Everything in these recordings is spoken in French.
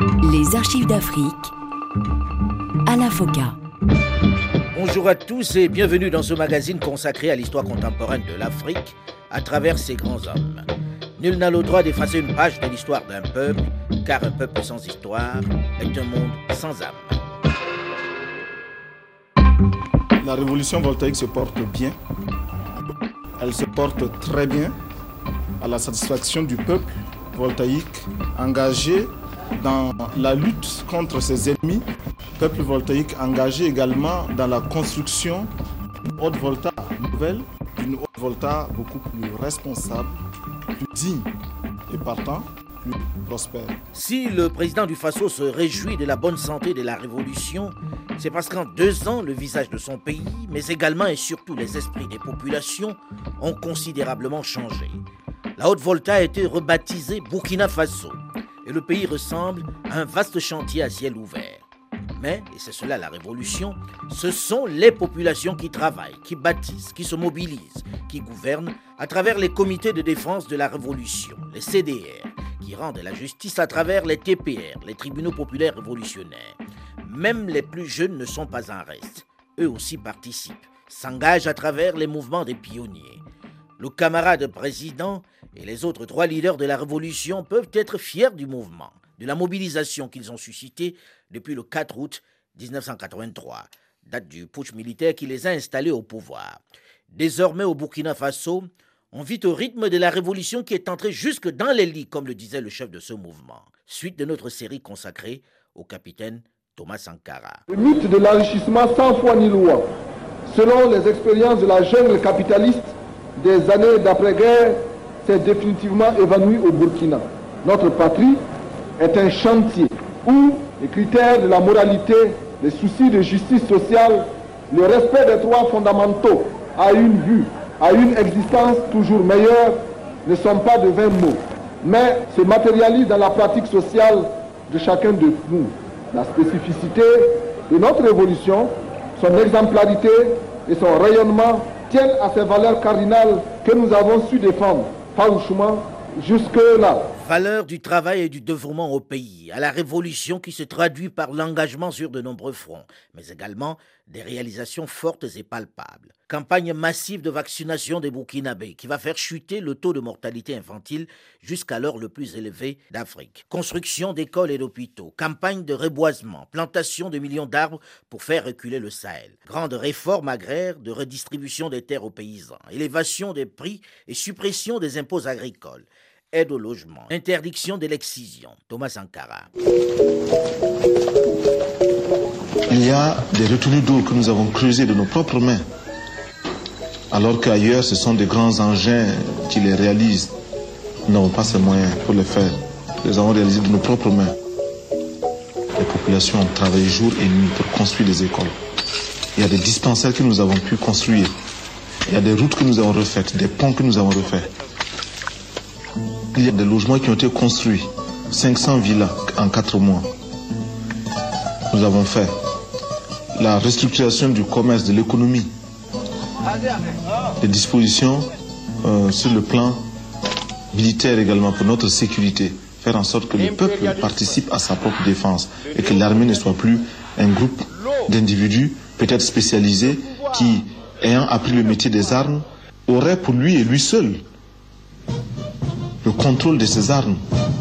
Les archives d'Afrique, Alain Foka. Bonjour à tous et bienvenue dans ce magazine consacré à l'histoire contemporaine de l'Afrique à travers ses grands hommes. Nul n'a le droit d'effacer une page de l'histoire d'un peuple, car un peuple sans histoire est un monde sans âme. La révolution voltaïque se porte bien. Elle se porte très bien à la satisfaction du peuple voltaïque engagé dans la lutte contre ses ennemis. Peuple voltaïque engagé également dans la construction d'une haute volta nouvelle, d'une haute volta beaucoup plus responsable, plus digne et partant plus prospère. Si le président du Faso se réjouit de la bonne santé de la révolution, c'est parce qu'en 2 ans, le visage de son pays, mais également et surtout les esprits des populations, ont considérablement changé. La Haute Volta a été rebaptisée Burkina Faso et le pays ressemble à un vaste chantier à ciel ouvert. Mais, et c'est cela la révolution, ce sont les populations qui travaillent, qui bâtissent, qui se mobilisent, qui gouvernent à travers les comités de défense de la révolution, les CDR, qui rendent la justice à travers les TPR, les tribunaux populaires révolutionnaires. Même les plus jeunes ne sont pas en reste. Eux aussi participent, s'engagent à travers les mouvements des pionniers. Le camarade président et les autres 3 leaders de la révolution peuvent être fiers du mouvement, de la mobilisation qu'ils ont suscitée depuis le 4 août 1983, date du putsch militaire qui les a installés au pouvoir. Désormais au Burkina Faso, on vit au rythme de la révolution qui est entrée jusque dans les lits, comme le disait le chef de ce mouvement. Suite de notre série consacrée au capitaine Thomas Sankara. Le mythe de l'enrichissement sans foi ni loi, selon les expériences de la jungle capitaliste des années d'après-guerre, s'est définitivement évanoui au Burkina. Notre patrie est un chantier où les critères de la moralité, les soucis de justice sociale, le respect des droits fondamentaux à une vue, à une existence toujours meilleure, ne sont pas de vains mots, mais se matérialisent dans la pratique sociale de chacun de nous. La spécificité de notre révolution, son exemplarité et son rayonnement tiennent à ces valeurs cardinales que nous avons su défendre farouchement jusque-là. Valeurs du travail et du dévouement au pays, à la révolution qui se traduit par l'engagement sur de nombreux fronts, mais également des réalisations fortes et palpables. Campagne massive de vaccination des Burkinabés qui va faire chuter le taux de mortalité infantile jusqu'alors le plus élevé d'Afrique. Construction d'écoles et d'hôpitaux, campagne de reboisement, plantation de millions d'arbres pour faire reculer le Sahel. Grande réforme agraire de redistribution des terres aux paysans, élévation des prix et suppression des impôts agricoles. Aide au logement, interdiction de l'excision. Thomas Sankara. Il y a des retenues d'eau que nous avons creusées de nos propres mains, alors qu'ailleurs ce sont des grands engins qui les réalisent. Nous n'avons pas ces moyens pour les faire. Nous les avons réalisés de nos propres mains. Les populations ont travaillé jour et nuit pour construire des écoles. Il y a des dispensaires que nous avons pu construire. Il y a des routes que nous avons refaites, des ponts que nous avons refaits. Il y a des logements qui ont été construits, 500 villas en 4 mois. Nous avons fait la restructuration du commerce, de l'économie, des dispositions sur le plan militaire également pour notre sécurité, faire en sorte que le peuple participe à sa propre défense et que l'armée ne soit plus un groupe d'individus peut-être spécialisés qui, ayant appris le métier des armes, aurait pour lui et lui seul le contrôle de ces armes.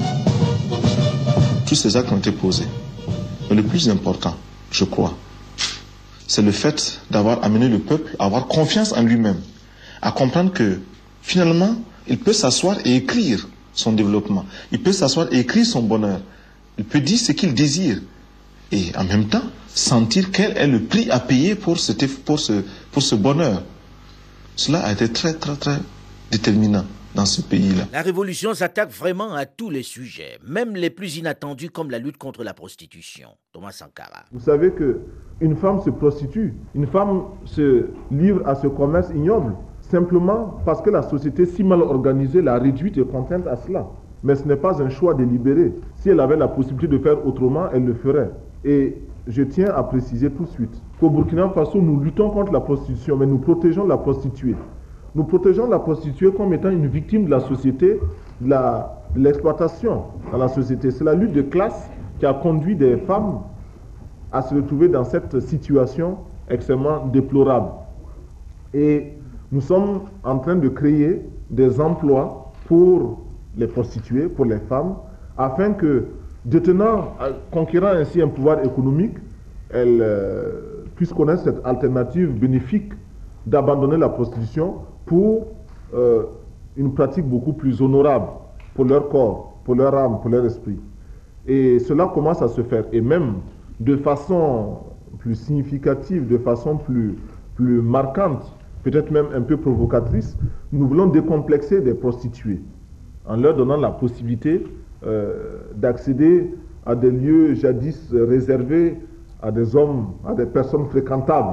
Tous ces actes ont été posés. Mais le plus important, je crois, c'est le fait d'avoir amené le peuple à avoir confiance en lui-même, à comprendre que finalement, il peut s'asseoir et écrire son développement. Il peut s'asseoir et écrire son bonheur. Il peut dire ce qu'il désire. Et en même temps, sentir quel est le prix à payer pour ce bonheur. Cela a été très, très, très déterminant dans ce pays-là. La révolution s'attaque vraiment à tous les sujets, même les plus inattendus comme la lutte contre la prostitution. Thomas Sankara. Vous savez qu'une femme se prostitue, une femme se livre à ce commerce ignoble, simplement parce que la société si mal organisée l'a réduite et contrainte à cela. Mais ce n'est pas un choix délibéré. Si elle avait la possibilité de faire autrement, elle le ferait. Et je tiens à préciser tout de suite qu'au Burkina Faso, nous luttons contre la prostitution, mais nous protégeons la prostituée. Nous protégeons la prostituée comme étant une victime de la société, de l'exploitation dans la société. C'est la lutte de classe qui a conduit des femmes à se retrouver dans cette situation extrêmement déplorable. Et nous sommes en train de créer des emplois pour les prostituées, pour les femmes, afin que, conquérant ainsi un pouvoir économique, elles puissent connaître cette alternative bénéfique d'abandonner la prostitution pour une pratique beaucoup plus honorable pour leur corps, pour leur âme, pour leur esprit. Et cela commence à se faire. Et même de façon plus significative, de façon plus marquante, peut-être même un peu provocatrice, nous voulons décomplexer des prostituées en leur donnant la possibilité d'accéder à des lieux jadis réservés à des hommes, à des personnes fréquentables.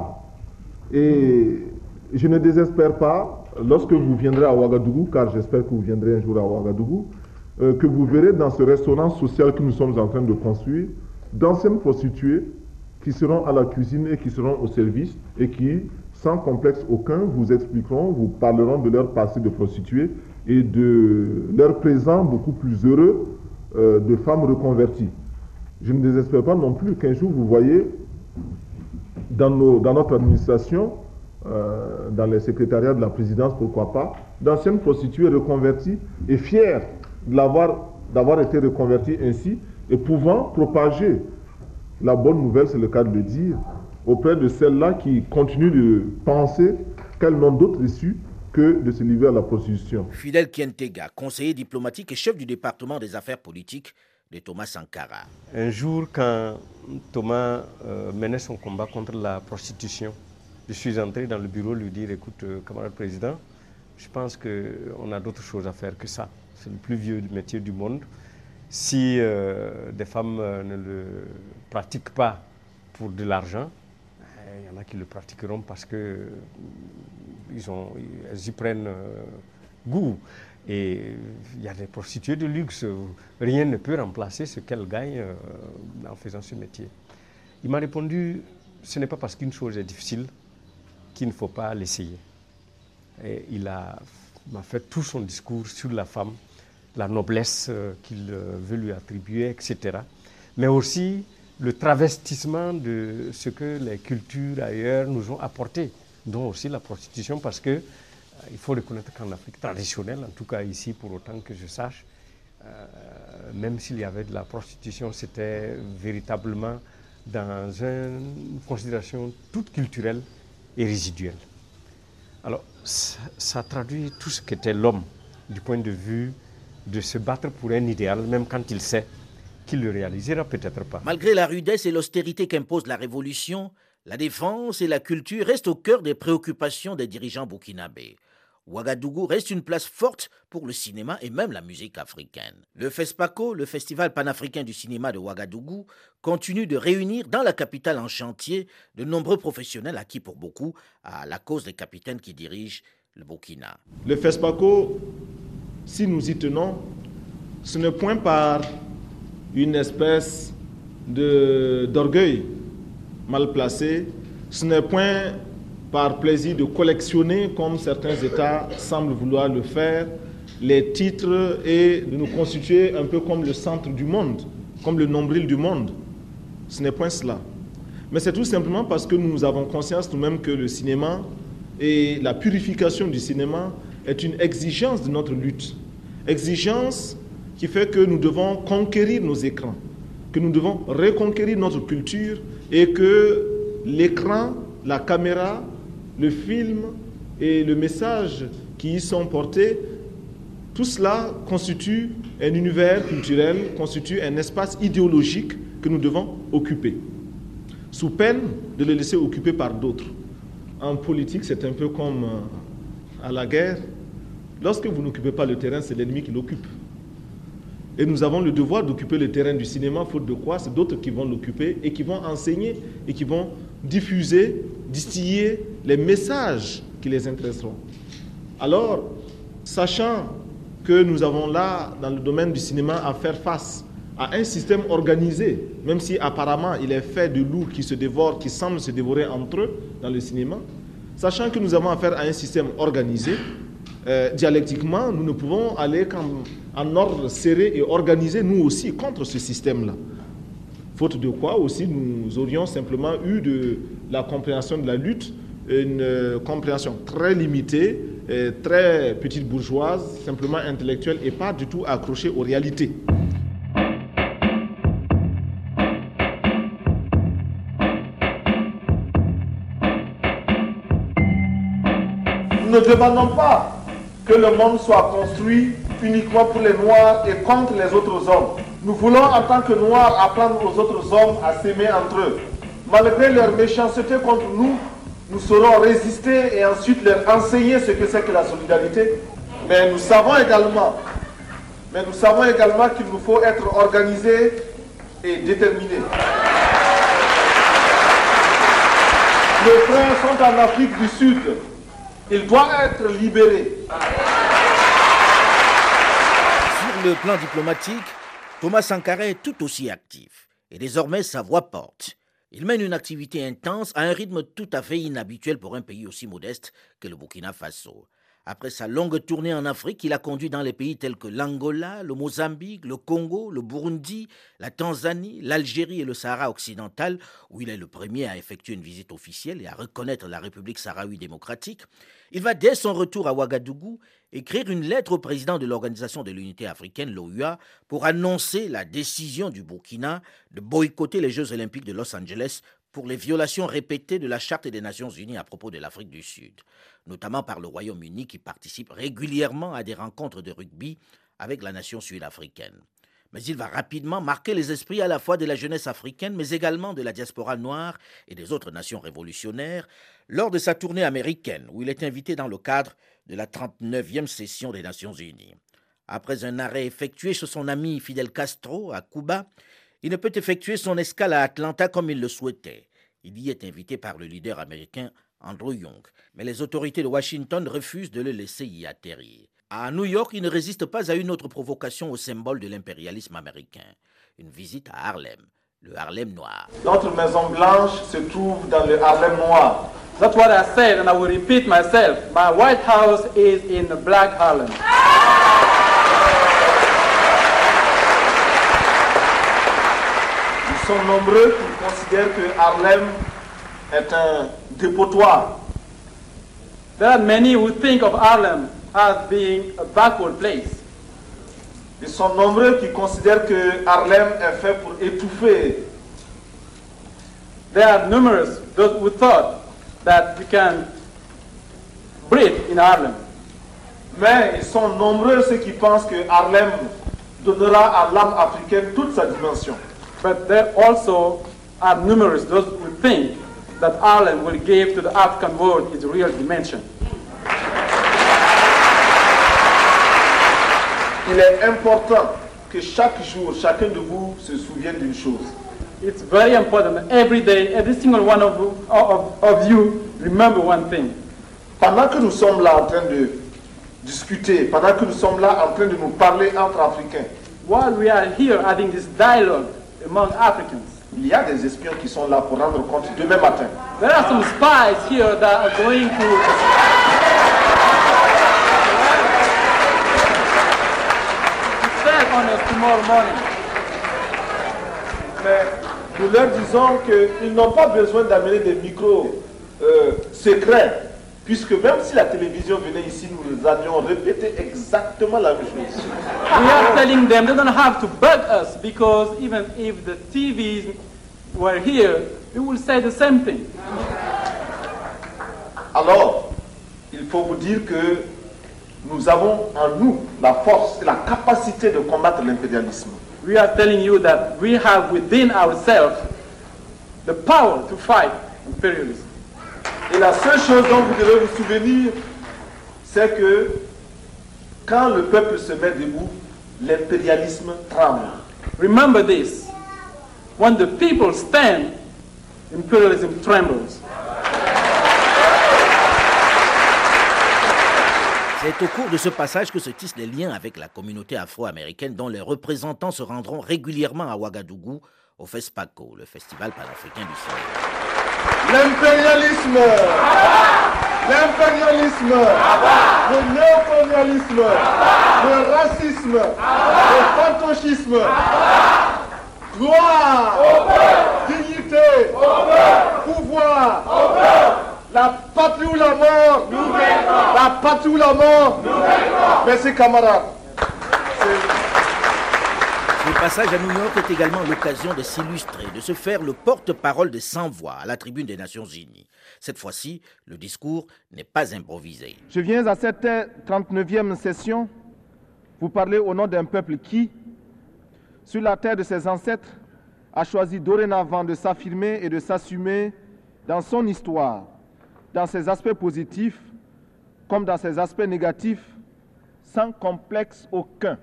Et je ne désespère pas, lorsque vous viendrez à Ouagadougou, car j'espère que vous viendrez un jour à Ouagadougou, que vous verrez dans ce restaurant social que nous sommes en train de construire, d'anciennes prostituées qui seront à la cuisine et qui seront au service et qui, sans complexe aucun, vous expliqueront, vous parleront de leur passé de prostituées et de leur présent beaucoup plus heureux de femmes reconverties. Je ne désespère pas non plus qu'un jour vous voyez dans notre administration, dans les secrétariats de la présidence, pourquoi pas, d'anciennes prostituées reconverties et fières d'avoir été reconverties ainsi et pouvant propager la bonne nouvelle, c'est le cas de le dire, auprès de celles-là qui continuent de penser qu'elles n'ont d'autre issue que de se livrer à la prostitution. Fidel Kientega, conseiller diplomatique et chef du département des affaires politiques de Thomas Sankara. Un jour, quand Thomas menait son combat contre la prostitution, je suis entré dans le bureau lui dire, écoute, camarade président, je pense qu'on a d'autres choses à faire que ça. C'est le plus vieux métier du monde. Si des femmes ne le pratiquent pas pour de l'argent, il y en a qui le pratiqueront parce qu'elles y prennent goût. Et il y a des prostituées de luxe. Rien ne peut remplacer ce qu'elles gagnent en faisant ce métier. Il m'a répondu, ce n'est pas parce qu'une chose est difficile qu'il ne faut pas l'essayer. Et il m'a fait tout son discours sur la femme, la noblesse qu'il veut lui attribuer, etc. Mais aussi le travestissement de ce que les cultures ailleurs nous ont apporté, dont aussi la prostitution, parce que il faut reconnaître qu'en Afrique traditionnelle, en tout cas ici pour autant que je sache, même s'il y avait de la prostitution, c'était véritablement dans une considération toute culturelle et résiduelle. Alors ça traduit tout ce qu'était l'homme du point de vue de se battre pour un idéal, même quand il sait qu'il le réalisera peut-être pas. Malgré la rudesse et l'austérité qu'impose la révolution, la défense et la culture restent au cœur des préoccupations des dirigeants burkinabés. Ouagadougou reste une place forte pour le cinéma et même la musique africaine. Le FESPACO, le Festival panafricain du cinéma de Ouagadougou, continue de réunir dans la capitale en chantier de nombreux professionnels acquis pour beaucoup à la cause des capitaines qui dirigent le Burkina. Le FESPACO, si nous y tenons, ce n'est point par une espèce d'orgueil mal placé, ce n'est point par plaisir de collectionner, comme certains États semblent vouloir le faire, les titres et de nous constituer un peu comme le centre du monde, comme le nombril du monde. Ce n'est point cela. Mais c'est tout simplement parce que nous avons conscience nous-mêmes que le cinéma et la purification du cinéma est une exigence de notre lutte. Exigence qui fait que nous devons conquérir nos écrans, que nous devons reconquérir notre culture et que l'écran, la caméra, le film et le message qui y sont portés, tout cela constitue un univers culturel, constitue un espace idéologique que nous devons occuper, sous peine de le laisser occuper par d'autres. En politique, c'est un peu comme à la guerre. Lorsque vous n'occupez pas le terrain, c'est l'ennemi qui l'occupe. Et nous avons le devoir d'occuper le terrain du cinéma, faute de quoi, c'est d'autres qui vont l'occuper et qui vont enseigner et qui vont diffuser, distiller les messages qui les intéresseront. Alors, sachant que nous avons là, dans le domaine du cinéma, à faire face à un système organisé, même si apparemment il est fait de loups qui se dévorent, qui semblent se dévorer entre eux dans le cinéma, sachant que nous avons affaire à un système organisé, dialectiquement, nous ne pouvons aller qu'en ordre serré et organisé, nous aussi, contre ce système-là. Faute de quoi aussi, nous aurions simplement eu de la compréhension de la lutte, une compréhension très limitée, très petite bourgeoise, simplement intellectuelle et pas du tout accrochée aux réalités. Nous ne demandons pas que le monde soit construit uniquement pour les Noirs et contre les autres hommes. Nous voulons en tant que Noirs apprendre aux autres hommes à s'aimer entre eux. Malgré leur méchanceté contre nous, nous saurons résister et ensuite leur enseigner ce que c'est que la solidarité. Mais nous savons également qu'il nous faut être organisés et déterminés. Les frères sont en Afrique du Sud. Ils doivent être libérés. Sur le plan diplomatique, Thomas Sankara est tout aussi actif. Et désormais, sa voix porte. Il mène une activité intense à un rythme tout à fait inhabituel pour un pays aussi modeste que le Burkina Faso. Après sa longue tournée en Afrique, il a conduit dans les pays tels que l'Angola, le Mozambique, le Congo, le Burundi, la Tanzanie, l'Algérie et le Sahara occidental, où il est le premier à effectuer une visite officielle et à reconnaître la République sahraoui démocratique. Il va dès son retour à Ouagadougou écrire une lettre au président de l'Organisation de l'Unité africaine, l'OUA, pour annoncer la décision du Burkina de boycotter les Jeux olympiques de Los Angeles pour les violations répétées de la Charte des Nations Unies à propos de l'Afrique du Sud, notamment par le Royaume-Uni qui participe régulièrement à des rencontres de rugby avec la nation sud-africaine. Mais il va rapidement marquer les esprits à la fois de la jeunesse africaine, mais également de la diaspora noire et des autres nations révolutionnaires, lors de sa tournée américaine, où il est invité dans le cadre de la 39e session des Nations Unies. Après un arrêt effectué chez son ami Fidel Castro à Cuba, il ne peut effectuer son escale à Atlanta comme il le souhaitait. Il y est invité par le leader américain Andrew Young, mais les autorités de Washington refusent de le laisser y atterrir. À New York, il ne résiste pas à une autre provocation au symbole de l'impérialisme américain, une visite à Harlem, le Harlem noir. Notre Maison Blanche se trouve dans le Harlem noir. That's what I said, and I will repeat myself. My White House is in the Black Harlem. Ils sont nombreux qui considèrent que Harlem est un dépotoir. There are many who think of Harlem as being a backward place. Ils sont nombreux qui considèrent que Harlem est fait pour étouffer. There are numerous those who thought that you can breathe in Harlem. Mais ils sont nombreux ceux qui pensent que Harlem donnera à l'âme africaine toute sa dimension. But there also are numerous those who think that Harlem will give to the African world its real dimension. Il est important que chaque jour, chacun de vous se souvienne d'une chose. It's very important that every day, every single one of you remember one thing. Pendant que nous sommes là en train de discuter, pendant que nous sommes là en train de nous parler entre Africains, while we are here having this dialogue among Africans, il y a des espions qui sont là pour rendre compte demain matin. There are some spies here that are going to tell on us tomorrow morning. Mais nous leur disons qu'ils n'ont pas besoin d'amener des micros secrets, puisque même si la télévision venait ici, nous allions répéter exactement la même chose. We are telling them they don't have to bug us, because even if the TVs were here, we will say the same thing. Alors, il faut vous dire que nous avons en nous la force et la capacité de combattre l'impérialisme. We are telling you that we have within ourselves the power to fight imperialism. Et la seule chose dont vous devez vous souvenir, c'est que quand le peuple se met debout, l'impérialisme tremble. Remember this. When the people stand, imperialism trembles. C'est au cours de ce passage que se tissent les liens avec la communauté afro-américaine dont les représentants se rendront régulièrement à Ouagadougou au FESPACO, le Festival panafricain du cinéma. L'impérialisme, l'impérialisme, le néocolonialisme, le racisme, le fantochisme, Gloire, dignité, pouvoir, la patrie ou la mort, la patrie ou la mort. Merci camarades. Le passage à New York est également l'occasion de s'illustrer, de se faire le porte-parole de 100 voix à la tribune des Nations Unies. Cette fois-ci, le discours n'est pas improvisé. Je viens à cette 39e session vous parler au nom d'un peuple qui, sur la terre de ses ancêtres, a choisi dorénavant de s'affirmer et de s'assumer dans son histoire, dans ses aspects positifs comme dans ses aspects négatifs, sans complexe aucun.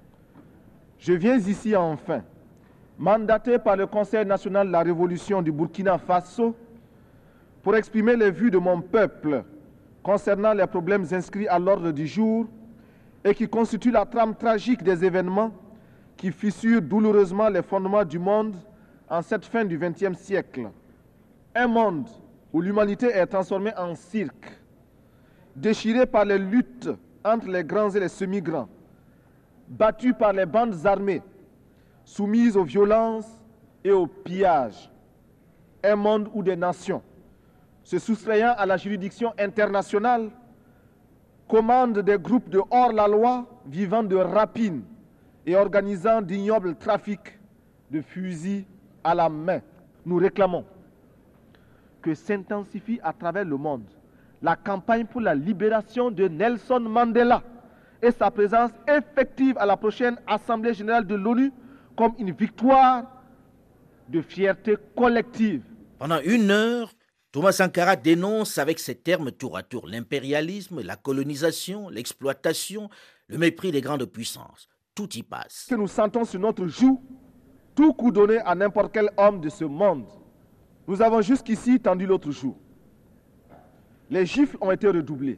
Je viens ici enfin, mandaté par le Conseil national de la Révolution du Burkina Faso, pour exprimer les vues de mon peuple concernant les problèmes inscrits à l'ordre du jour et qui constituent la trame tragique des événements qui fissurent douloureusement les fondements du monde en cette fin du XXe siècle. Un monde où l'humanité est transformée en cirque, déchirée par les luttes entre les grands et les semi-grands, battue par les bandes armées, soumise aux violences et aux pillages. Un monde où des nations, se soustrayant à la juridiction internationale, commandent des groupes de hors-la-loi vivant de rapines et organisant d'ignobles trafics de fusils à la main. Nous réclamons que s'intensifie à travers le monde la campagne pour la libération de Nelson Mandela et sa présence effective à la prochaine Assemblée générale de l'ONU comme une victoire de fierté collective. Pendant 1 heure, Thomas Sankara dénonce avec ces termes tour à tour l'impérialisme, la colonisation, l'exploitation, le mépris des grandes puissances. Tout y passe. Que nous sentons sur notre joue, tout coup donné à n'importe quel homme de ce monde. Nous avons jusqu'ici tendu l'autre joue. Les gifles ont été redoublés.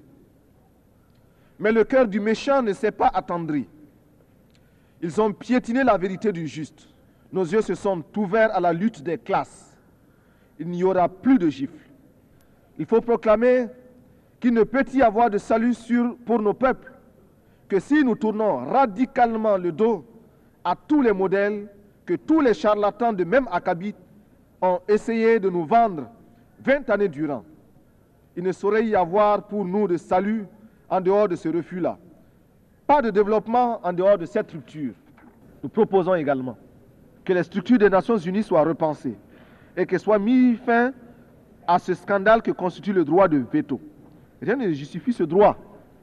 Mais le cœur du méchant ne s'est pas attendri. Ils ont piétiné la vérité du juste. Nos yeux se sont ouverts à la lutte des classes. Il n'y aura plus de gifles. Il faut proclamer qu'il ne peut y avoir de salut pour nos peuples que si nous tournons radicalement le dos à tous les modèles que tous les charlatans de même acabit ont essayé de nous vendre 20 années durant. Il ne saurait y avoir pour nous de salut en dehors de ce refus-là. Pas de développement en dehors de cette rupture. Nous proposons également que les structures des Nations Unies soient repensées et que soit mis fin à ce scandale que constitue le droit de veto. Rien ne justifie ce droit.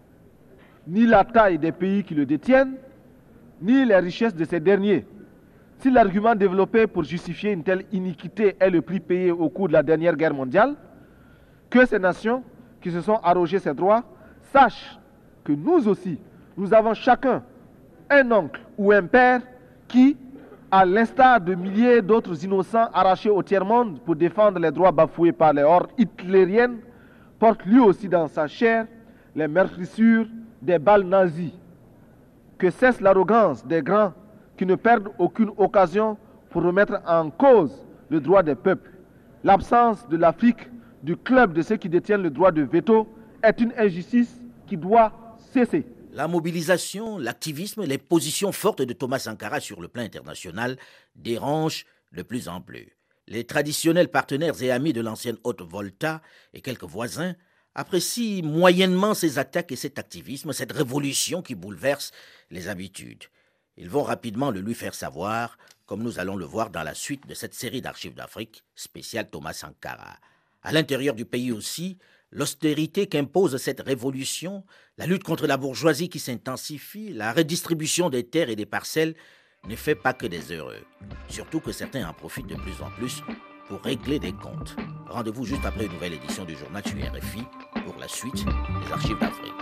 Ni la taille des pays qui le détiennent, ni les richesses de ces derniers. Si l'argument développé pour justifier une telle iniquité est le prix payé au cours de la dernière guerre mondiale, que ces nations qui se sont arrogées ces droits sachent que nous aussi, nous avons chacun un oncle ou un père qui, à l'instar de milliers d'autres innocents arrachés au tiers-monde pour défendre les droits bafoués par les hordes hitlériennes, porte lui aussi dans sa chair les meurtrissures des balles nazies. Que cesse l'arrogance des grands qui ne perdent aucune occasion pour remettre en cause le droit des peuples. L'absence de l'Afrique du club de ceux qui détiennent le droit de veto est une injustice qui doit cesser. La mobilisation, l'activisme, les positions fortes de Thomas Sankara sur le plan international dérangent de plus en plus. Les traditionnels partenaires et amis de l'ancienne Haute-Volta et quelques voisins apprécient moyennement ces attaques et cet activisme, cette révolution qui bouleverse les habitudes. Ils vont rapidement le lui faire savoir, comme nous allons le voir dans la suite de cette série d'archives d'Afrique spéciale Thomas Sankara. À l'intérieur du pays aussi, l'austérité qu'impose cette révolution, la lutte contre la bourgeoisie qui s'intensifie, la redistribution des terres et des parcelles ne fait pas que des heureux. Surtout que certains en profitent de plus en plus pour régler des comptes. Rendez-vous juste après une nouvelle édition du journal sur RFI pour la suite des archives d'Afrique.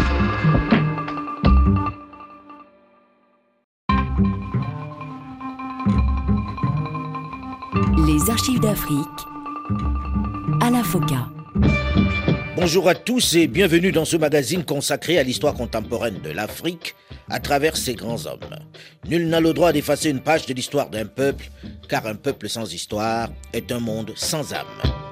Les archives d'Afrique à la FOCA. Bonjour à tous et bienvenue dans ce magazine consacré à l'histoire contemporaine de l'Afrique à travers ses grands hommes. Nul n'a le droit d'effacer une page de l'histoire d'un peuple, car un peuple sans histoire est un monde sans âme.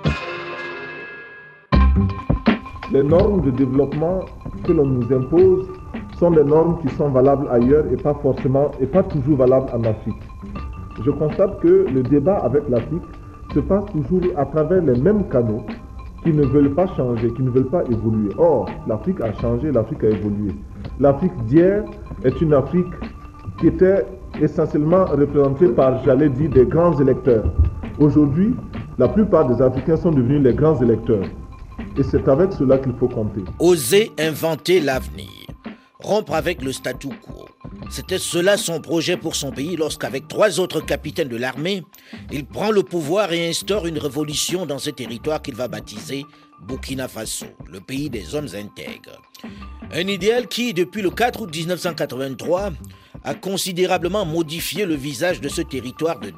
Les normes de développement que l'on nous impose sont des normes qui sont valables ailleurs et pas toujours valables en Afrique. je constate que le débat avec l'Afrique se passe toujours à travers les mêmes canaux qui ne veulent pas changer, qui ne veulent pas évoluer. Or, l'Afrique a changé, l'Afrique a évolué. L'Afrique d'hier est une Afrique qui était essentiellement représentée par, j'allais dire, des grands électeurs. Aujourd'hui, la plupart des Africains sont devenus les grands électeurs. Et c'est avec cela qu'il faut compter. Oser inventer l'avenir, rompre avec le statu quo. C'était cela son projet pour son pays lorsqu'avec 3 autres capitaines de l'armée, il prend le pouvoir et instaure une révolution dans ce territoire qu'il va baptiser Burkina Faso, le pays des hommes intègres. Un idéal qui, depuis le 4 août 1983, a considérablement modifié le visage de ce territoire de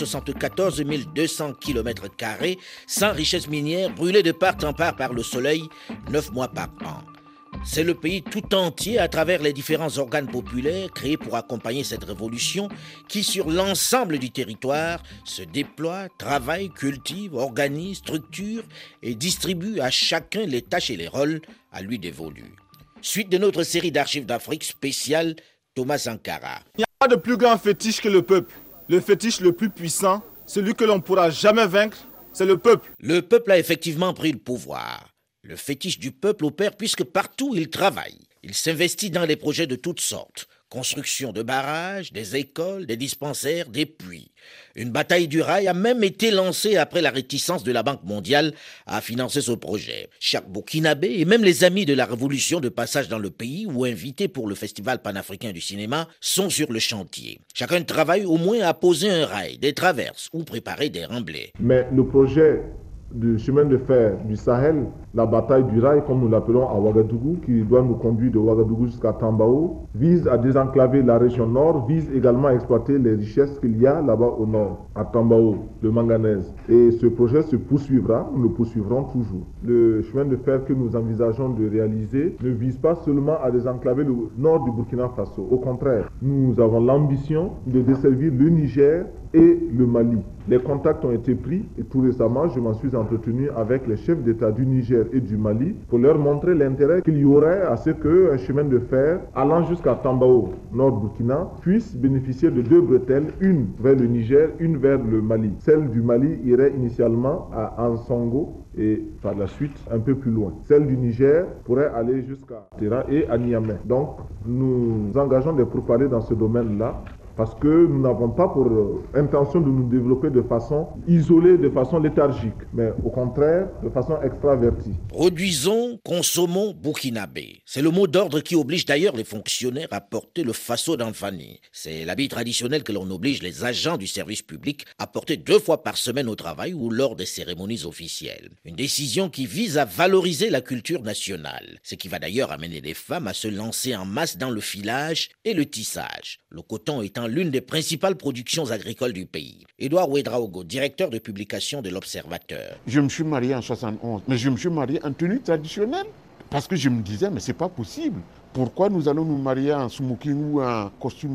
274 200 km² sans richesse minière, brûlé de part en part par le soleil 9 mois par an. C'est le pays tout entier, à travers les différents organes populaires créés pour accompagner cette révolution, qui sur l'ensemble du territoire se déploie, travaille, cultive, organise, structure et distribue à chacun les tâches et les rôles à lui dévolus. Suite de notre série d'archives d'Afrique spéciale Thomas Sankara. Il n'y a pas de plus grand fétiche que le peuple. Le fétiche le plus puissant, celui que l'on ne pourra jamais vaincre, c'est le peuple. Le peuple a effectivement pris le pouvoir. Le fétiche du peuple opère puisque partout il travaille. Il s'investit dans les projets de toutes sortes. Construction de barrages, des écoles, des dispensaires, des puits. Une bataille du rail a même été lancée après la réticence de la Banque mondiale à financer ce projet. Chaque Burkinabé et même les amis de la Révolution de passage dans le pays ou invités pour le Festival panafricain du cinéma sont sur le chantier. Chacun travaille au moins à poser un rail, des traverses ou préparer des remblais. Mais le projet du chemin de fer du Sahel, la bataille du rail, comme nous l'appelons à Ouagadougou, qui doit nous conduire de Ouagadougou jusqu'à Tambao, vise à désenclaver la région nord, vise également à exploiter les richesses qu'il y a là-bas au nord, à Tambao, le manganèse. Et ce projet se poursuivra, nous le poursuivrons toujours. Le chemin de fer que nous envisageons de réaliser ne vise pas seulement à désenclaver le nord du Burkina Faso. Au contraire, nous avons l'ambition de desservir le Niger et le Mali. Les contacts ont été pris et tout récemment, je m'en suis entretenu avec les chefs d'État du Niger et du Mali pour leur montrer l'intérêt qu'il y aurait à ce qu'un chemin de fer allant jusqu'à Tambao, nord Burkina, puisse bénéficier de 2 bretelles, une vers le Niger, une vers le Mali. Celle du Mali irait initialement à Ansongo et par la suite un peu plus loin. Celle du Niger pourrait aller jusqu'à Tera et à Niamey. Donc nous engageons des pourparlers dans ce domaine-là, parce que nous n'avons pas pour intention de nous développer de façon isolée, de façon léthargique, mais au contraire, de façon extravertie. Produisons, consommons burkinabé. C'est le mot d'ordre qui oblige d'ailleurs les fonctionnaires à porter le faso d'Anfani. C'est l'habit traditionnel que l'on oblige les agents du service public à porter 2 fois par semaine au travail ou lors des cérémonies officielles. Une décision qui vise à valoriser la culture nationale. Ce qui va d'ailleurs amener les femmes à se lancer en masse dans le filage et le tissage. Le coton étant l'une des principales productions agricoles du pays. Édouard Ouedraogo, directeur de publication de l'Observateur. Je me suis marié en 71, mais je me suis marié en tenue traditionnelle. Parce que je me disais, mais c'est pas possible. Pourquoi nous allons nous marier en smoking ou en costume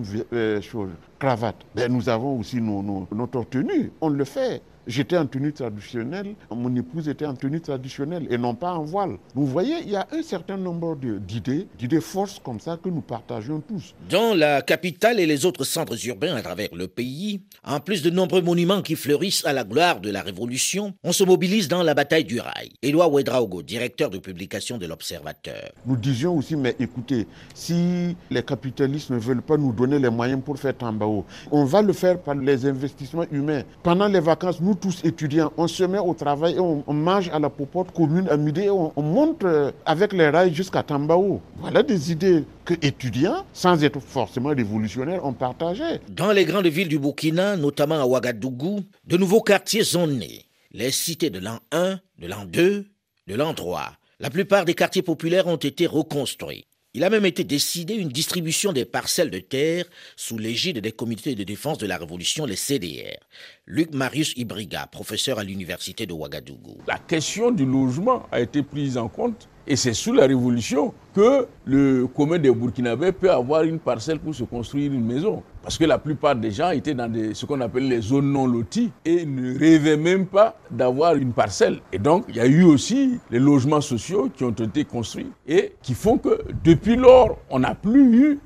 cravate? Ben, nous avons aussi notre tenue, on le fait. J'étais en tenue traditionnelle, mon épouse était en tenue traditionnelle et non pas en voile. Vous voyez, il y a un certain nombre d'idées forces comme ça que nous partageons tous. Dans la capitale et les autres centres urbains à travers le pays, en plus de nombreux monuments qui fleurissent à la gloire de la Révolution, on se mobilise dans la bataille du rail. Édouard Ouedraogo, directeur de publication de l'Observateur. Nous disions aussi, mais écoutez, si les capitalistes ne veulent pas nous donner les moyens pour faire Tambao, on va le faire par les investissements humains. Pendant les vacances, nous tous étudiants, on se met au travail et on mange à la popote commune à midi et on monte avec les rails jusqu'à Tambao. Voilà des idées que étudiants, sans être forcément révolutionnaires, ont partagées. Dans les grandes villes du Burkina, notamment à Ouagadougou, de nouveaux quartiers sont nés. Les cités de l'an 1, de l'an 2, de l'an 3. La plupart des quartiers populaires ont été reconstruits. Il a même été décidé une distribution des parcelles de terre sous l'égide des comités de défense de la Révolution, les CDR. Luc Marius Ibriga, professeur à l'université de Ouagadougou. La question du logement a été prise en compte et c'est sous la Révolution que le commun des Burkinabés peut avoir une parcelle pour se construire une maison. Parce que la plupart des gens étaient dans ce qu'on appelle les zones non loties et ne rêvaient même pas d'avoir une parcelle. Et donc, il y a eu aussi les logements sociaux qui ont été construits et qui font que depuis lors, on n'a plus eu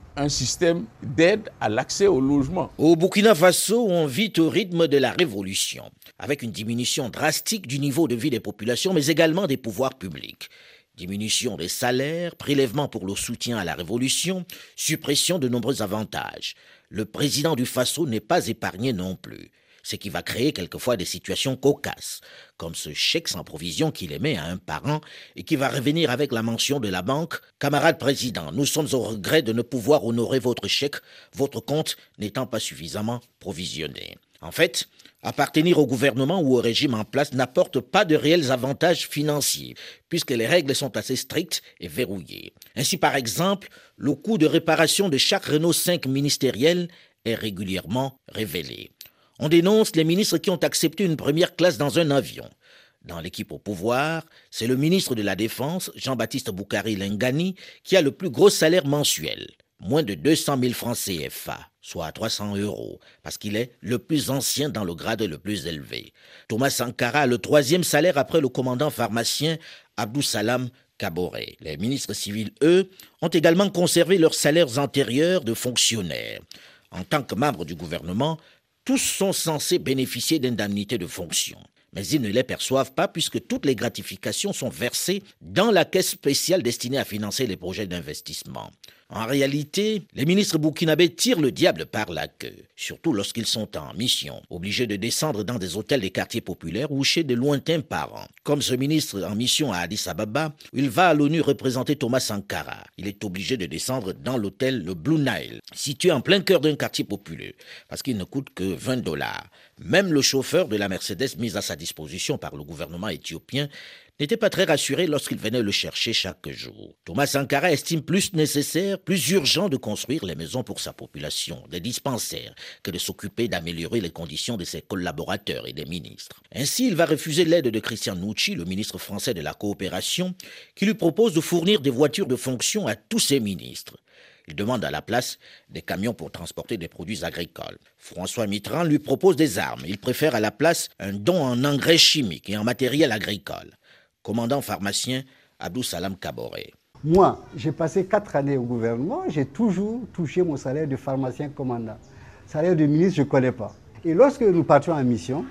un système d'aide à l'accès au logement. Au Burkina Faso, on vit au rythme de la révolution, avec une diminution drastique du niveau de vie des populations, mais également des pouvoirs publics. Diminution des salaires, prélèvement pour le soutien à la révolution, suppression de nombreux avantages. Le président du Faso n'est pas épargné non plus, ce qui va créer quelquefois des situations cocasses, comme ce chèque sans provision qu'il émet à un parent et qui va revenir avec la mention de la banque « Camarade président, nous sommes au regret de ne pouvoir honorer votre chèque, votre compte n'étant pas suffisamment provisionné ». En fait, appartenir au gouvernement ou au régime en place n'apporte pas de réels avantages financiers, puisque les règles sont assez strictes et verrouillées. Ainsi, par exemple, le coût de réparation de chaque Renault 5 ministériel est régulièrement révélé. On dénonce les ministres qui ont accepté une première classe dans un avion. Dans l'équipe au pouvoir, c'est le ministre de la Défense, Jean-Baptiste Boukari Lengani, qui a le plus gros salaire mensuel, moins de 200 000 francs CFA, soit 300 €, parce qu'il est le plus ancien dans le grade le plus élevé. Thomas Sankara a le 3e salaire après le commandant pharmacien Abdou Salam Kaboré. Les ministres civils, eux, ont également conservé leurs salaires antérieurs de fonctionnaires. En tant que membres du gouvernement, tous sont censés bénéficier d'indemnités de fonction. Mais ils ne les perçoivent pas puisque toutes les gratifications sont versées dans la caisse spéciale destinée à financer les projets d'investissement. En réalité, les ministres burkinabés tirent le diable par la queue, surtout lorsqu'ils sont en mission, obligés de descendre dans des hôtels des quartiers populaires ou chez de lointains parents. Comme ce ministre en mission à Addis Ababa, où il va à l'ONU représenter Thomas Sankara. Il est obligé de descendre dans l'hôtel le Blue Nile, situé en plein cœur d'un quartier populaire, parce qu'il ne coûte que $20. Même le chauffeur de la Mercedes mise à sa disposition par le gouvernement éthiopien n'était pas très rassuré lorsqu'il venait le chercher chaque jour. Thomas Sankara estime plus nécessaire, plus urgent de construire les maisons pour sa population, des dispensaires, que de s'occuper d'améliorer les conditions de ses collaborateurs et des ministres. Ainsi, il va refuser l'aide de Christian Nucci, le ministre français de la coopération, qui lui propose de fournir des voitures de fonction à tous ses ministres. Il demande à la place des camions pour transporter des produits agricoles. François Mitterrand lui propose des armes. Il préfère à la place un don en engrais chimiques et en matériel agricole. Commandant pharmacien Abdou Salam Kaboré. Moi, j'ai passé 4 années au gouvernement, j'ai toujours touché mon salaire de pharmacien commandant. Salaire de ministre, je ne connais pas. Et lorsque nous partions en mission,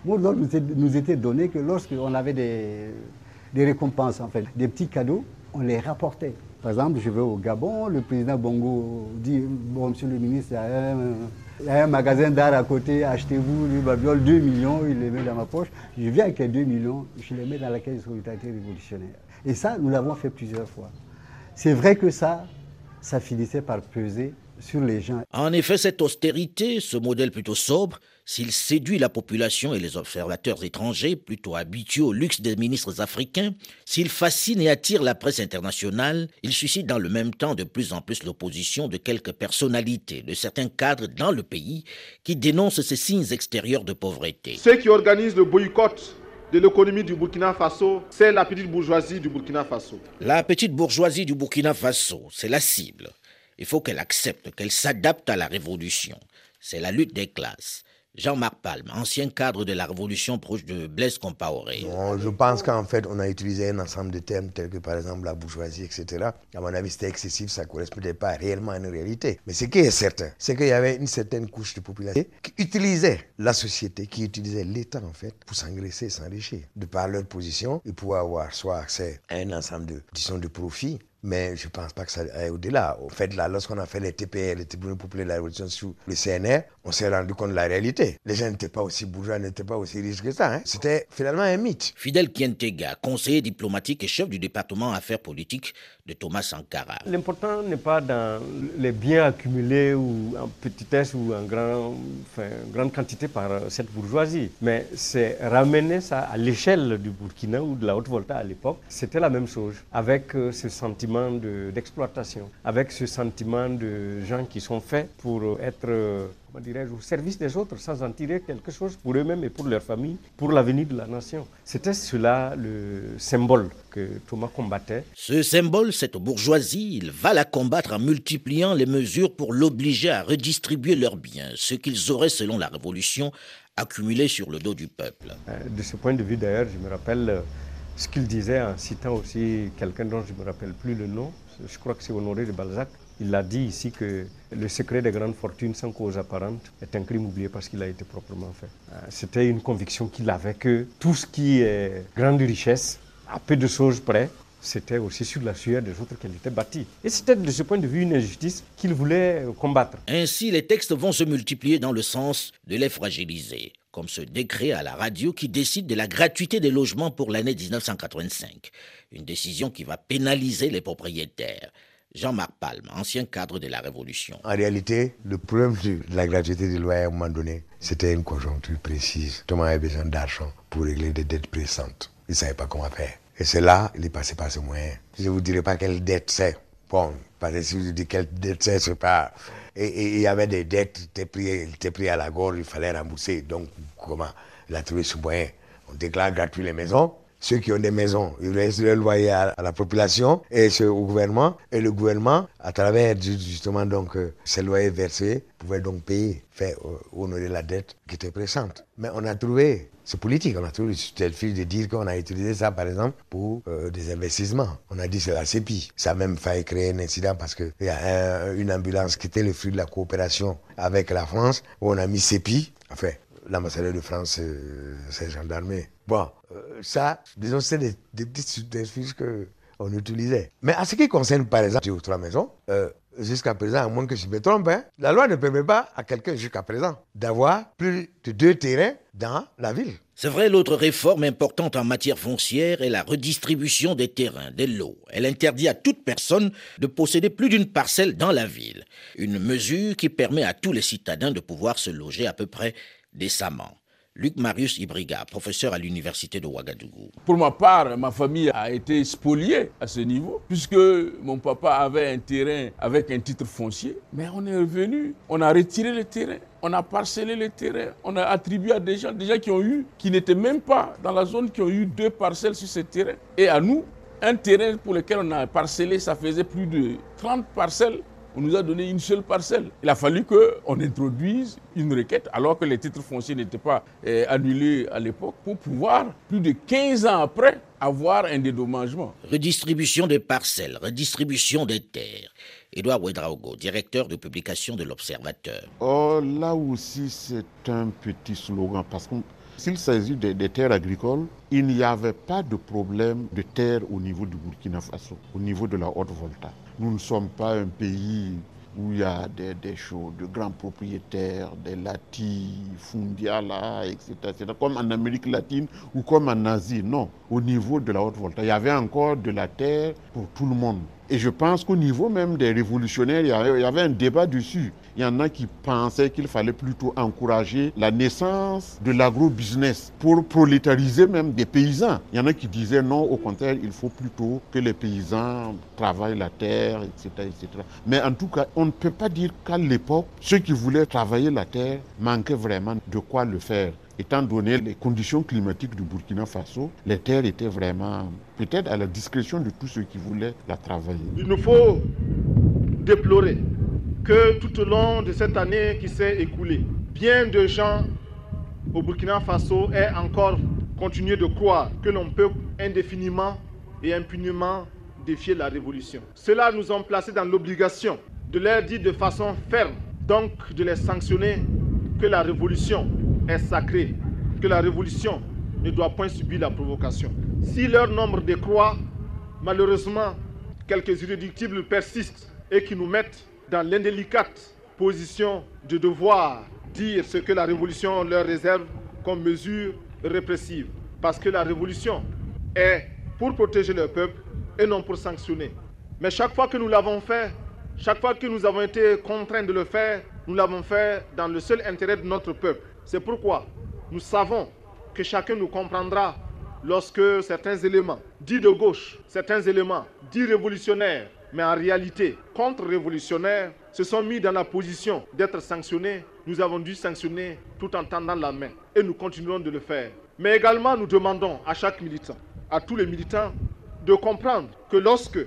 nous était donné que lorsqu'on avait des récompenses, en fait, des petits cadeaux, on les rapportait. Par exemple, je vais au Gabon, le président Bongo dit « Bon, monsieur le ministre, il y a un magasin d'art à côté, achetez-vous le babiole, 2 millions, il les met dans ma poche. Je viens avec les 2 millions, je les mets dans la caisse de solidarité révolutionnaire. » Et ça, nous l'avons fait plusieurs fois. C'est vrai que ça finissait par peser sur les gens. En effet, cette austérité, ce modèle plutôt sobre, s'il séduit la population et les observateurs étrangers, plutôt habitués au luxe des ministres africains, s'il fascine et attire la presse internationale, il suscite dans le même temps de plus en plus l'opposition de quelques personnalités, de certains cadres dans le pays, qui dénoncent ces signes extérieurs de pauvreté. Ceux qui organisent le boycott de l'économie du Burkina Faso, c'est la petite bourgeoisie du Burkina Faso. La petite bourgeoisie du Burkina Faso, c'est la cible. Il faut qu'elle accepte, qu'elle s'adapte à la révolution. C'est la lutte des classes. Jean-Marc Palme, ancien cadre de la Révolution proche de Blaise Compaoré. Non, je pense qu'en fait, on a utilisé un ensemble de termes tels que, par exemple, la bourgeoisie, etc. À mon avis, c'était excessif, ça ne correspondait pas réellement à une réalité. Mais ce qui est certain, c'est qu'il y avait une certaine couche de population qui utilisait la société, qui utilisait l'État, en fait, pour s'engraisser, s'enrichir. De par leur position, ils pouvaient avoir soit accès à un ensemble de profits, mais je ne pense pas que ça aille au-delà. Au fait, là, lorsqu'on a fait les TPR, les tribunaux populaires de la révolution sous le CNR, on s'est rendu compte de la réalité. Les gens n'étaient pas aussi bourgeois, n'étaient pas aussi riches que ça. C'était finalement un mythe. Fidel Kientega, conseiller diplomatique et chef du département affaires politiques de Thomas Sankara. L'important n'est pas dans les biens accumulés ou en petitesse ou en grande quantité par cette bourgeoisie, mais c'est ramener ça à l'échelle du Burkina ou de la Haute-Volta à l'époque. C'était la même chose, avec ce sentiment d'exploitation, avec ce sentiment de gens qui sont faits pour être, comment dirais-je, au service des autres, sans en tirer quelque chose pour eux-mêmes et pour leur famille, pour l'avenir de la nation. C'était cela le symbole que Thomas combattait. Ce symbole, cette bourgeoisie, il va la combattre en multipliant les mesures pour l'obliger à redistribuer leurs biens, ce qu'ils auraient, selon la Révolution, accumulé sur le dos du peuple. De ce point de vue, d'ailleurs, je me rappelle ce qu'il disait en citant aussi quelqu'un dont je ne me rappelle plus le nom, je crois que c'est Honoré de Balzac, Il a dit ici que le secret des grandes fortunes sans cause apparente est un crime oublié parce qu'il a été proprement fait. C'était une conviction qu'il avait que tout ce qui est grande richesse, à peu de choses près, c'était aussi sur la sueur des autres qu'elle était bâtie. Et c'était de ce point de vue une injustice qu'il voulait combattre. Ainsi, les textes vont se multiplier dans le sens de les fragiliser, comme ce décret à la radio qui décide de la gratuité des logements pour l'année 1985. Une décision qui va pénaliser les propriétaires. Jean-Marc Palme, ancien cadre de la Révolution. En réalité, le problème de la gratuité des loyers à un moment donné, c'était une conjoncture précise. Tout le monde avait besoin d'argent pour régler des dettes pressantes. Il ne savait pas comment faire. Et c'est là, il est passé par ce moyen. Je ne vous dirai pas quelle dette c'est. Bon, parce que si je dis quelle dette c'est, c'est pas... Et il y avait des dettes, il était pris à la gorge, il fallait rembourser. Donc, comment? Il a trouvé ce moyen. On déclare gratuit les maisons. Ceux qui ont des maisons, ils laissent le loyer à la population et au gouvernement. Et le gouvernement, à travers justement donc ces loyers versés, pouvait donc payer, faire honorer la dette qui était pressante. Mais on a trouvé, c'est politique, on a trouvé le fil de dire qu'on a utilisé ça par exemple pour des investissements. On a dit c'est la CEPI. Ça a même failli créer un incident parce qu'il y a une ambulance qui était le fruit de la coopération avec la France où on a mis CEPI, enfin l'ambassadeur de France s'est gendarmé. Bon, ça, disons, c'est des petites subterfuges qu'on utilisait. Mais en ce qui concerne, par exemple, les trois maisons, jusqu'à présent, à moins que je me trompe, la loi ne permet pas à quelqu'un jusqu'à présent d'avoir plus de 2 terrains dans la ville. C'est vrai, l'autre réforme importante en matière foncière est la redistribution des terrains, des lots. Elle interdit à toute personne de posséder plus d'une parcelle dans la ville. Une mesure qui permet à tous les citadins de pouvoir se loger à peu près décemment. Luc Marius Ibriga, professeur à l'université de Ouagadougou. Pour ma part, ma famille a été spoliée à ce niveau, puisque mon papa avait un terrain avec un titre foncier. Mais on est revenu, on a retiré le terrain, on a parcellé le terrain, on a attribué à des gens qui n'étaient même pas dans la zone, qui ont eu 2 parcelles sur ce terrain. Et à nous, un terrain pour lequel on a parcellé, ça faisait plus de 30 parcelles. On nous a donné une seule parcelle. Il a fallu qu'on introduise une requête, alors que les titres fonciers n'étaient pas annulés à l'époque, pour pouvoir, plus de 15 ans après, avoir un dédommagement. Redistribution des parcelles, redistribution des terres. Édouard Ouedraogo, directeur de publication de l'Observateur. Oh, là aussi, c'est un petit slogan, parce que s'il s'agit des terres agricoles, il n'y avait pas de problème de terre au niveau du Burkina Faso, au niveau de la Haute-Volta. Nous ne sommes pas un pays où il y a des choses, de grands propriétaires, des latis, Fundiala, etc., comme en Amérique latine ou comme en Asie. Non, au niveau de la Haute-Volta, il y avait encore de la terre pour tout le monde. Et je pense qu'au niveau même des révolutionnaires, il y avait un débat dessus. Il y en a qui pensaient qu'il fallait plutôt encourager la naissance de l'agro-business pour prolétariser même des paysans. Il y en a qui disaient non, au contraire, il faut plutôt que les paysans travaillent la terre, etc., etc. Mais en tout cas, on ne peut pas dire qu'à l'époque, ceux qui voulaient travailler la terre manquaient vraiment de quoi le faire. Étant donné les conditions climatiques du Burkina Faso, les terres étaient vraiment peut-être à la discrétion de tous ceux qui voulaient la travailler. Il nous faut déplorer que tout au long de cette année qui s'est écoulée, bien de gens au Burkina Faso aient encore continué de croire que l'on peut indéfiniment et impunément défier la révolution. Cela nous a placés dans l'obligation de leur dire de façon ferme, donc de les sanctionner, que la révolution est sacrée, que la révolution ne doit point subir la provocation. Si leur nombre décroît, malheureusement, quelques irréductibles persistent et qui nous mettent dans l'indélicate position de devoir dire ce que la révolution leur réserve comme mesure répressive. Parce que la révolution est pour protéger leur peuple et non pour sanctionner. Mais chaque fois que nous l'avons fait, chaque fois que nous avons été contraints de le faire, nous l'avons fait dans le seul intérêt de notre peuple. C'est pourquoi nous savons que chacun nous comprendra lorsque certains éléments dits de gauche, certains éléments dits révolutionnaires, mais en réalité contre-révolutionnaires, se sont mis dans la position d'être sanctionnés. Nous avons dû sanctionner tout en tendant la main et nous continuerons de le faire. Mais également nous demandons à chaque militant, à tous les militants, de comprendre que lorsque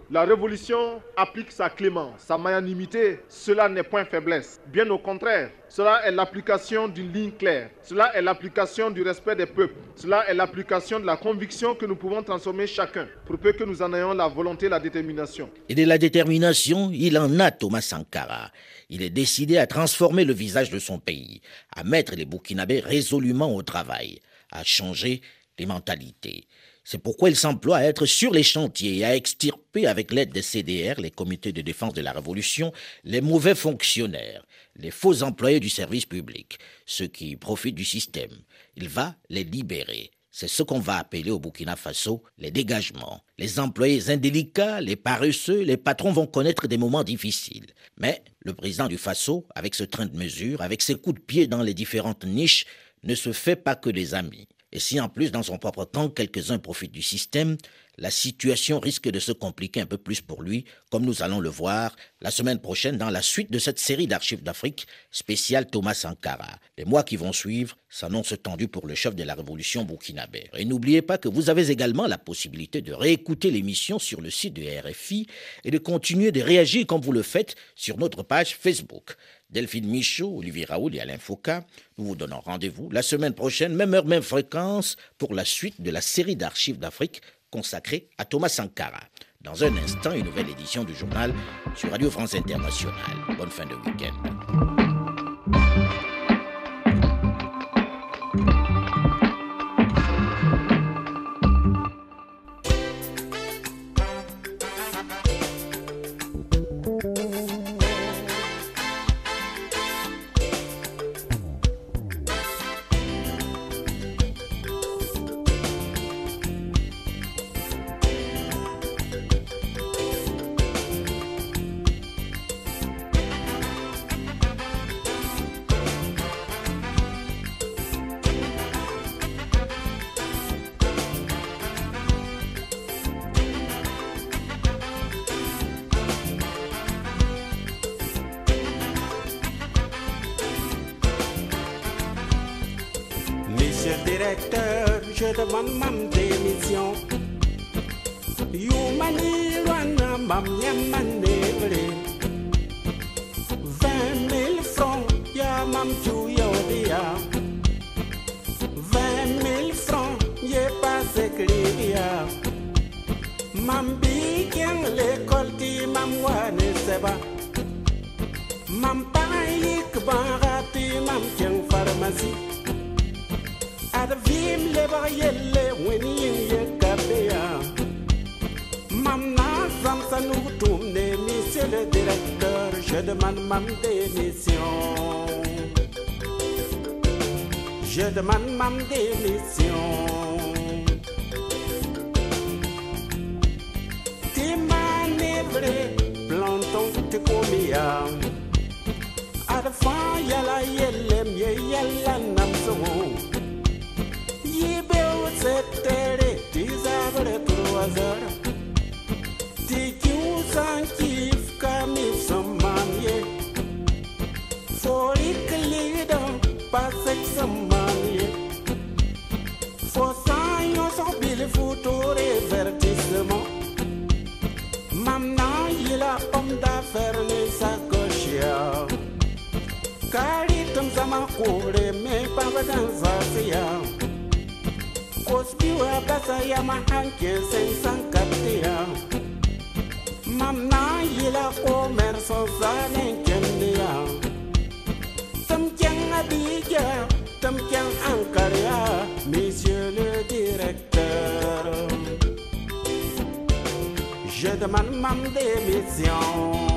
La révolution applique sa clémence, sa magnanimité. Cela n'est point faiblesse. Bien au contraire, cela est l'application d'une ligne claire. Cela est l'application du respect des peuples. Cela est l'application de la conviction que nous pouvons transformer chacun, pour peu que nous en ayons la volonté et la détermination. Et de la détermination, il en a, Thomas Sankara. Il est décidé à transformer le visage de son pays, à mettre les Burkinabés résolument au travail, à changer les mentalités. C'est pourquoi il s'emploie à être sur les chantiers et à extirper avec l'aide des CDR, les comités de défense de la Révolution, les mauvais fonctionnaires, les faux employés du service public, ceux qui profitent du système. Il va les libérer. C'est ce qu'on va appeler au Burkina Faso les dégagements. Les employés indélicats, les paresseux, les patrons vont connaître des moments difficiles. Mais le président du Faso, avec ce train de mesure, avec ses coups de pied dans les différentes niches, ne se fait pas que des amis. Et si en plus dans son propre camp, quelques-uns profitent du système, la situation risque de se compliquer un peu plus pour lui, comme nous allons le voir la semaine prochaine dans la suite de cette série d'archives d'Afrique spéciale Thomas Sankara. Les mois qui vont suivre s'annoncent tendus pour le chef de la révolution burkinabé. Et n'oubliez pas que vous avez également la possibilité de réécouter l'émission sur le site de RFI et de continuer de réagir comme vous le faites sur notre page Facebook. Delphine Michaud, Olivier Raoul et Alain Foucault, nous vous donnons rendez-vous la semaine prochaine, même heure, même fréquence, pour la suite de la série d'archives d'Afrique consacrée à Thomas Sankara. Dans un instant, une nouvelle édition du journal sur Radio France Internationale. Bonne fin de week-end. Directeur, je demande ma démission. Youmani Luana mam yamanevre 20 000 francs, ya mam dia 20 000 francs, y'a pas écrit. Mam bikin l'école ti mam wane seba. Mam païk barati mam keng pharmacie. Advim leba yelle weni ye kapea. Mamna zamsa nous tourne, monsieur le directeur, je demande ma démission. Je demande ma démission. T'es manœuvré, planton te comia. Advan yala yelle mie yala namso. C'était disable 3 heures. Tikiou sans kiff comme ils sont maniés. Faut éclairer pas sexe manié. Faut sans yon sans bille photo révertissement. Maintenant il a homme d'affaires ne s'accroche. Car il tombe à ma cour mais pas dans sa Kospiwa kasa ya mahanke sensan kaptea. Mamna yila commerçant zanen kendia. Tamkiang Abidjan, tamkiang Ankara, monsieur le directeur. Je demande ma démission.